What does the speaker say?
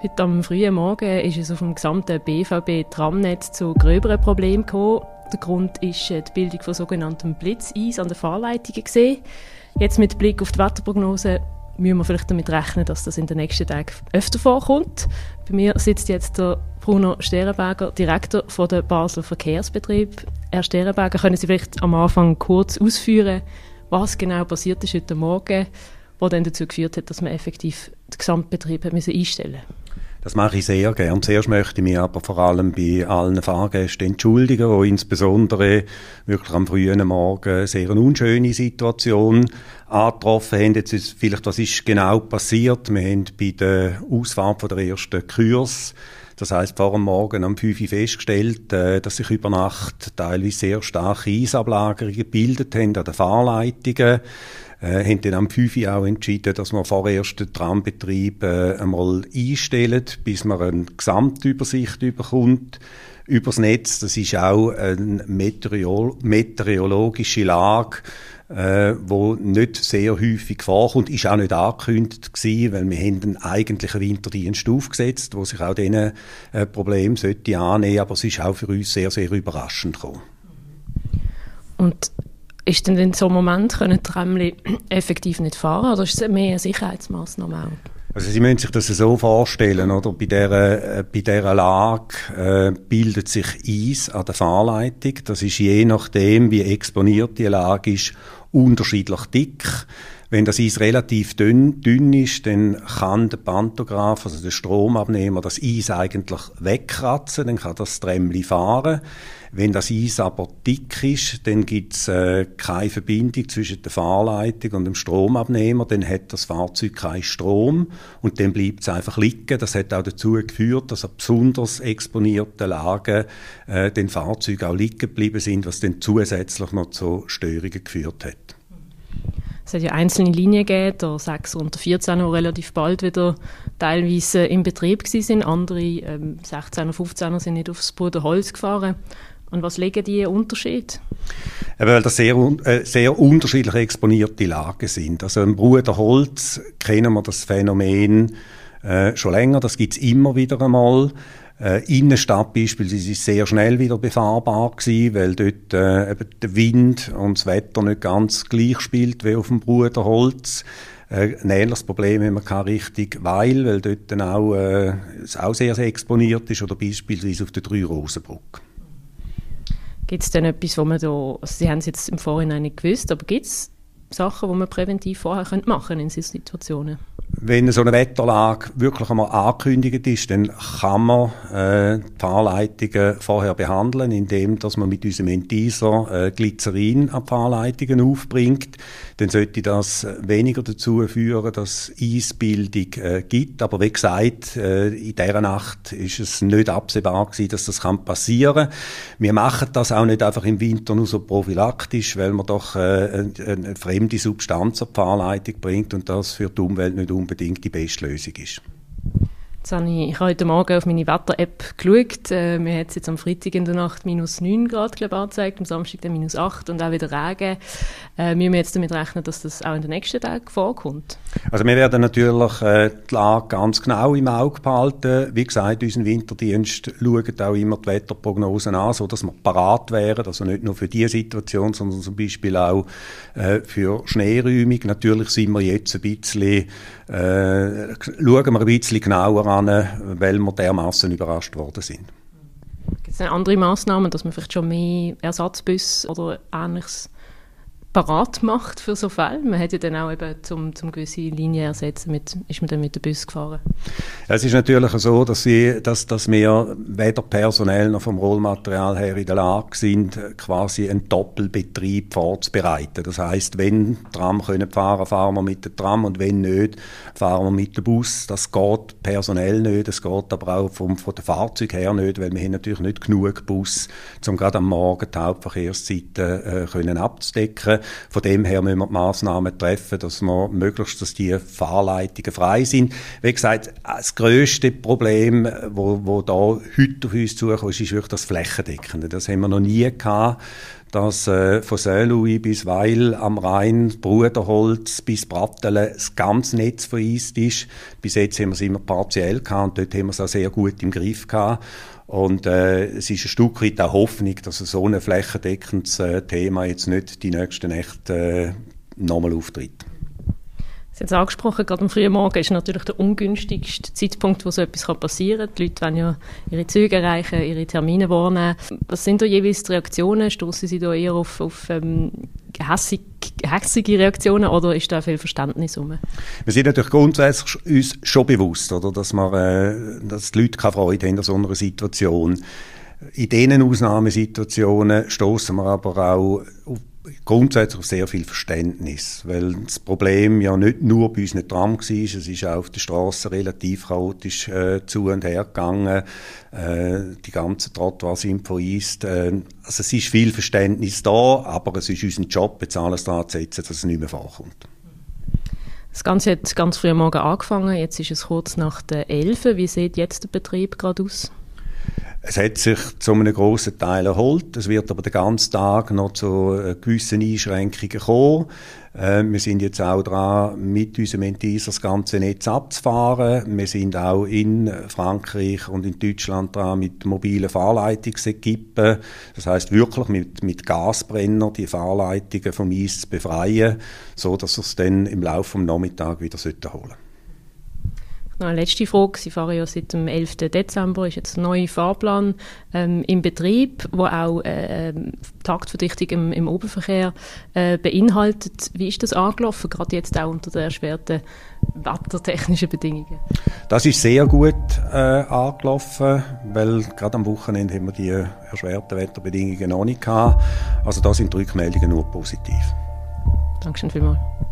Heute am frühen Morgen ist es auf dem gesamten BVB-Tramnetz zu gröberen Problemen gekommen. Der Grund ist die Bildung von sogenanntem Blitzeis an den Fahrleitungen gesehen. Jetzt mit Blick auf die Wetterprognose müssen wir vielleicht damit rechnen, dass das in den nächsten Tagen öfter vorkommt. Bei mir sitzt jetzt der Bruno Sterenberger, Direktor von der Basler Verkehrsbetrieb. Herr Sterenberger, können Sie vielleicht am Anfang kurz ausführen, was genau passiert ist heute Morgen, was dann dazu geführt hat, dass man effektiv den Gesamtbetrieb einstellen musste? Das mache ich sehr gerne. Zuerst möchte ich mich aber vor allem bei allen Fahrgästen entschuldigen, die insbesondere wirklich am frühen Morgen sehr eine unschöne Situation angetroffen haben. Jetzt ist vielleicht, was ist genau passiert? Wir haben bei der Ausfahrt von der ersten Kurs, das heisst vor dem Morgen um 5 Uhr festgestellt, dass sich über Nacht teilweise sehr starke Eisablagerungen gebildet haben an den Fahrleitungen. Haben dann am 5 Uhr auch entschieden, dass wir vorerst den Trambetrieb einmal einstellen, bis man eine Gesamtübersicht bekommt über das Netz. Das ist auch eine meteorologische Lage, wo nicht sehr häufig vorkommt, ist auch nicht angekündigt gewesen, weil wir haben einen eigentlichen Winterdienst aufgesetzt, wo sich auch diesen Problemen sollte annehmen, aber es ist auch für uns sehr, sehr überraschend gekommen. Und ist denn in so einem Moment können Tramli effektiv nicht fahren, oder ist es mehr eine Sicherheitsmaßnahme auch? Also Sie müssen sich das so vorstellen, oder? Bei dieser Lage bildet sich Eis an der Fahrleitung. Das ist je nachdem, wie exponiert die Lage ist, unterschiedlich dick. Wenn das Eis relativ dünn ist, dann kann der Pantograph, also der Stromabnehmer, das Eis eigentlich wegkratzen, dann kann das Tramli fahren. Wenn das Eis aber dick ist, dann gibt es keine Verbindung zwischen der Fahrleitung und dem Stromabnehmer, dann hat das Fahrzeug keinen Strom und dann bleibt es einfach liegen. Das hat auch dazu geführt, dass an besonders exponierten Lagen den Fahrzeuge auch liegen geblieben sind, was dann zusätzlich noch zu Störungen geführt hat. Es hat ja einzelne Linien gegeben, der 6 und der 14, die relativ bald wieder teilweise in Betrieb waren. Andere 16er, 15er sind nicht aufs Bruderholz gefahren. Und was legen die Unterschiede? Weil das sehr unterschiedlich exponierte Lagen sind. Also im Bruderholz kennen wir das Phänomen schon länger, das gibt es immer wieder einmal. Innenstadt beispielsweise ist sehr schnell wieder befahrbar gewesen, weil dort eben der Wind und das Wetter nicht ganz gleich spielt wie auf dem Bruderholz. Ein ähnliches Problem haben wir richtig weil dort dann auch, es auch sehr, sehr exponiert ist, oder beispielsweise auf der Drei-Rosen-Brücke. Gibt es denn etwas, wo man da, also Sie haben es jetzt im Vorhinein nicht gewusst, aber gibt es Sachen, die man präventiv vorher machen in solchen Situationen? Wenn so eine Wetterlage wirklich einmal angekündigt ist, dann kann man die Fahrleitungen vorher behandeln, indem dass man mit unserem Entiser Glycerin an die Fahrleitungen aufbringt. Dann sollte das weniger dazu führen, dass es Eisbildung gibt. Aber wie gesagt, in dieser Nacht ist es nicht absehbar gewesen, dass das passieren kann. Wir machen das auch nicht einfach im Winter nur so prophylaktisch, weil man doch eine fremde Substanz an die Fahrleitung bringt und das für die Umwelt nicht unbedingt die beste Lösung ist. Ich habe heute Morgen auf meine Wetter-App geschaut. Mir hat es jetzt am Freitag in der Nacht -9 Grad angezeigt, am Samstag dann -8 und auch wieder Regen. Müssen wir jetzt damit rechnen, dass das auch in den nächsten Tagen vorkommt? Also wir werden natürlich die Lage ganz genau im Auge behalten. Wie gesagt, unser Winterdienst schaut auch immer die Wetterprognosen an, sodass wir parat wären. Also nicht nur für diese Situation, sondern zum Beispiel auch für Schneeräumung. Natürlich sind wir jetzt ein bisschen, schauen wir ein bisschen genauer an, weil wir dermassen überrascht worden sind. Gibt es andere Massnahmen, dass man vielleicht schon mehr Ersatzbusse oder Ähnliches parat macht für so Fälle? Man hat ja dann auch eben zum gewisse Linien ersetzen, ist man dann mit dem Bus gefahren? Ja, es ist natürlich so, dass wir weder personell noch vom Rollmaterial her in der Lage sind, quasi einen Doppelbetrieb vorzubereiten. Das heisst, wenn Tram fahren können, fahren wir mit dem Tram und wenn nicht, fahren wir mit dem Bus. Das geht personell nicht, das geht aber auch von den Fahrzeugen her nicht, weil wir haben natürlich nicht genug Bus, um gerade am Morgen die Hauptverkehrszeiten können abzudecken. Von dem her müssen wir die Massnahmen treffen, dass die Fahrleitungen frei sind. Wie gesagt, das grösste Problem, wo da heute auf uns zukommt, ist wirklich das Flächendeckende. Das haben wir noch nie gehabt, dass von Saint-Louis bis Weil am Rhein, Bruderholz bis Brattelen das ganze Netz vereist ist. Bis jetzt haben wir es immer partiell gehabt und dort haben wir es auch sehr gut im Griff gehabt. Und es ist ein Stück weit auch Hoffnung, dass so ein flächendeckendes Thema jetzt nicht die nächsten Nächte nochmal auftritt. Sie haben es angesprochen, gerade am frühen Morgen ist natürlich der ungünstigste Zeitpunkt, wo so etwas passieren kann. Die Leute wollen ja ihre Züge erreichen, ihre Termine wahrnehmen. Was sind da jeweils die Reaktionen? Stoßen Sie da eher auf hässige Reaktionen oder ist da viel Verständnis rum? Wir sind natürlich grundsätzlich uns schon bewusst, oder, dass die Leute keine Freude haben an so einer Situation. In diesen Ausnahmesituationen stoßen wir aber auch grundsätzlich auf sehr viel Verständnis, weil das Problem ja nicht nur bei uns nicht dran war, es ist auch auf der Straße relativ chaotisch zu und her gegangen. Die ganzen Trottoirs sind vereist. Also es ist viel Verständnis da, aber es ist unser Job, jetzt alles daran zu setzen, dass es nicht mehr vorkommt. Das Ganze hat ganz früh am Morgen angefangen, jetzt ist es kurz nach der 11. Wie sieht jetzt der Betrieb gerade aus? Es hat sich zu einem grossen Teil erholt. Es wird aber den ganzen Tag noch zu gewissen Einschränkungen kommen. Wir sind jetzt auch dran, mit unserem Enteaser das ganze Netz abzufahren. Wir sind auch in Frankreich und in Deutschland dran mit mobilen Fahrleitungsequipen. Das heisst wirklich mit Gasbrenner die Fahrleitungen vom Eis zu befreien, so dass wir es dann im Laufe des Nachmittags wieder holen sollten. Noch eine letzte Frage. Sie fahren ja seit dem 11. Dezember, ist jetzt ein neuer Fahrplan im Betrieb, der auch Taktverdichtung im Oberverkehr beinhaltet. Wie ist das angelaufen, gerade jetzt auch unter den erschwerten wettertechnischen Bedingungen? Das ist sehr gut angelaufen, weil gerade am Wochenende haben wir die erschwerten Wetterbedingungen noch nicht gehabt. Also da sind die Rückmeldungen nur positiv. Dankeschön vielmals.